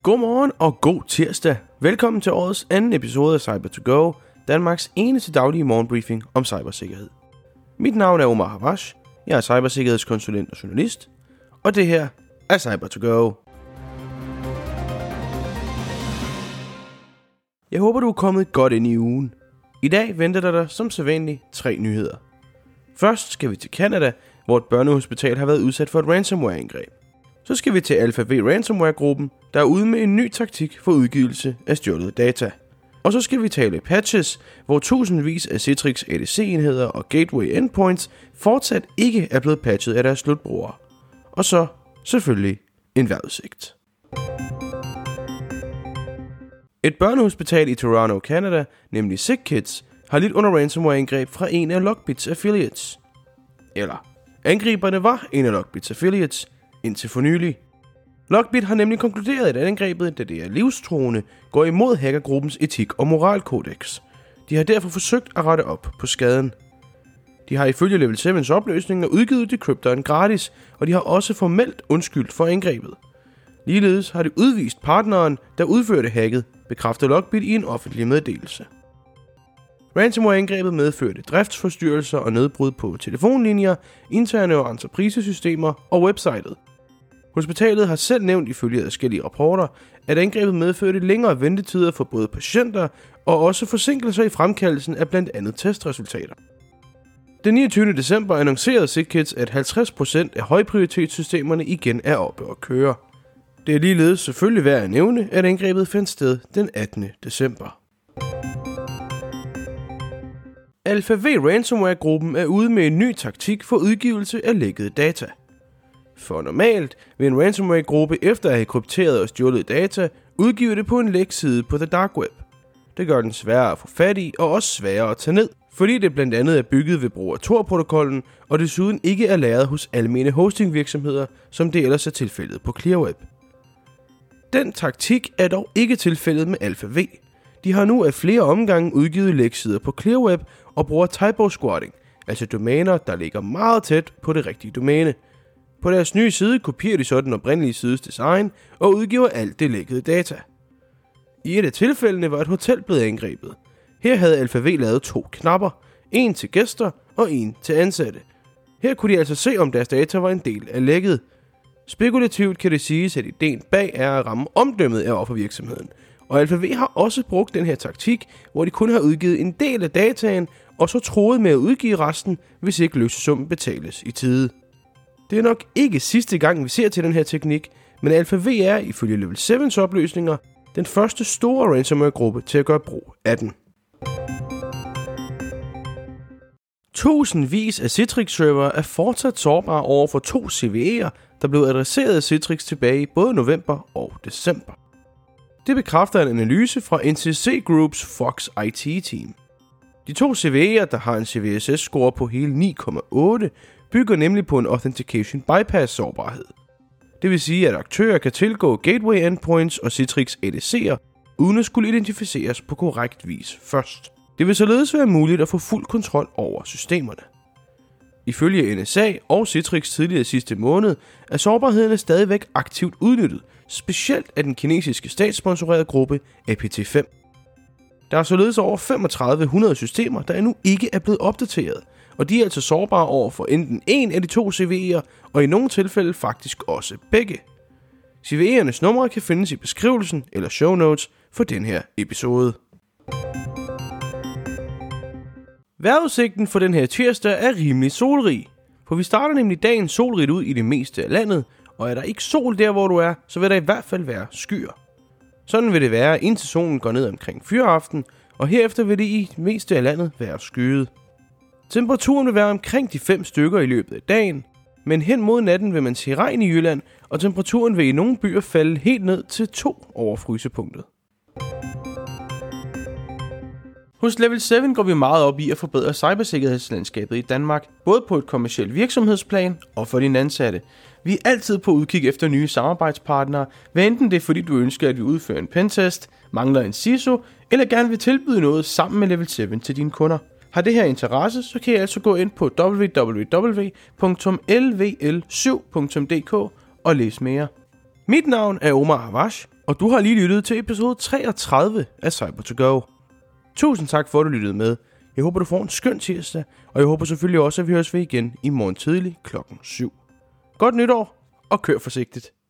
Godmorgen og god tirsdag. Velkommen til årets anden episode af Cyber2Go, Danmarks eneste daglige morgenbriefing om cybersikkerhed. Mit navn er Omar Havash, jeg er cybersikkerhedskonsulent og journalist, og det her er Cyber2Go. Jeg håber, du er kommet godt ind i ugen. I dag venter der som sædvanligt 3 nyheder. Først skal vi til Canada, hvor et børnehospital har været udsat for et ransomware-angreb. Så skal vi til Alpha-V Ransomware-gruppen, der er ude med en ny taktik for udgivelse af stjålet data. Og så skal vi tale patches, hvor tusindvis af Citrix ADC-enheder og gateway endpoints fortsat ikke er blevet patchet af deres slutbrugere. Og så selvfølgelig en vejrudsigt. Et børnehospital i Toronto, Canada, nemlig SickKids, har lidt under ransomware-angreb fra en af Lockbits affiliates. Eller, angriberne var en af Lockbits affiliates, indtil for nylig. Lockbit har nemlig konkluderet, at angrebet, da det er livstruende, går imod hackergruppens etik- og moralkodex. De har derfor forsøgt at rette op på skaden. De har ifølge Level 7's opløsninger udgivet decryptoren gratis, og de har også formelt undskyldt for angrebet. Ligeledes har de udvist partneren, der udførte hacket, bekræfter Lockbit i en offentlig meddelelse. Ransomware-angrebet medførte driftsforstyrrelser og nedbrud på telefonlinjer, interne og entreprisesystemer og websitet. Hospitalet har selv nævnt ifølge adskillige rapporter, at angrebet medførte længere ventetider for både patienter og også forsinkelser i fremkaldelsen af blandt andet testresultater. Den 29. december annoncerede SickKids, at 50% af højprioritetssystemerne igen er oppe at køre. Det er ligeledes selvfølgelig værd at nævne, at angrebet fandt sted den 18. december. Alpha-V Ransomware-gruppen er ude med en ny taktik for udgivelse af lækkede data. For normalt vil en ransomware-gruppe efter at have krypteret og stjålet data, udgive det på en lækside på The Dark Web. Det gør den sværere at få fat i og også sværere at tage ned, fordi det blandt andet er bygget ved brug af Tor-protokollen og desuden ikke er lagret hos almene hostingvirksomheder, som det ellers er tilfældet på ClearWeb. Den taktik er dog ikke tilfældet med Alpha-V. De har nu af flere omgange udgivet læksider på ClearWeb og bruger typo squatting, altså domæner, der ligger meget tæt på det rigtige domæne. På deres nye side kopierer de så den oprindelige sides design og udgiver alt det lækkede data. I et af tilfældene var et hotel blevet angrebet. Her havde Alpha-V lavet 2 knapper, en til gæster og en til ansatte. Her kunne de altså se, om deres data var en del af lækket. Spekulativt kan det siges, at ideen bag er at ramme omdømmet af offervirksomheden. Og Alpha-V har også brugt den her taktik, hvor de kun har udgivet en del af dataen, og så troet med at udgive resten, hvis ikke løsesummen betales i tide. Det er nok ikke sidste gang, vi ser til den her teknik, men Alpha-V er, ifølge Level 7's opløsninger, den første store ransomware-gruppe til at gøre brug af den. Tusindvis af Citrix-servere er fortsat sårbare over for 2 CVE'er, der blev adresseret af Citrix tilbage i både november og december. Det bekræfter en analyse fra NCC Groups Fox IT-team. De 2 CVE'er, der har en CVSS-score på hele 9,8, bygger nemlig på en Authentication Bypass-sårbarhed. Det vil sige, at aktører kan tilgå gateway endpoints og Citrix ADC'er, uden at skulle identificeres på korrekt vis først. Det vil således være muligt at få fuld kontrol over systemerne. Ifølge NSA og Citrix tidligere sidste måned, er sårbarheden stadigvæk aktivt udnyttet, specielt af den kinesiske statssponsorerede gruppe APT5. Der er således over 3500 systemer, der endnu ikke er blevet opdateret, og de er altså sårbare over for enten en af de 2 CVE'er, og i nogle tilfælde faktisk også begge. CVE'ernes numre kan findes i beskrivelsen eller show notes for den her episode. Vejrudsigten for den her tirsdag er rimelig solrig, for vi starter nemlig dagen solrigt ud i det meste af landet, og er der ikke sol der, hvor du er, så vil der i hvert fald være skyer. Sådan vil det være, indtil solen går ned omkring fyraften, og herefter vil det i det meste af landet være skyet. Temperaturen vil være omkring de 5 stykker i løbet af dagen, men hen mod natten vil man se regn i Jylland, og temperaturen vil i nogle byer falde helt ned til 2 over frysepunktet. Hos Level 7 går vi meget op i at forbedre cybersikkerhedslandskabet i Danmark, både på et kommercielt virksomhedsplan og for dine ansatte. Vi er altid på udkig efter nye samarbejdspartnere, hvad enten det er fordi du ønsker, at vi udfører en pentest, mangler en CISO, eller gerne vil tilbyde noget sammen med Level 7 til dine kunder. Har det her interesse, så kan I altså gå ind på www.lvl7.dk og læse mere. Mit navn er Omar Havash, Og du har lige lyttet til episode 33 af Cyber2Go. Tusind tak for, at du lyttede med. Jeg håber, du får en skøn tirsdag, og jeg håber selvfølgelig også, at vi høres ved igen i morgen tidlig klokken 7. Godt nytår, og kør forsigtigt.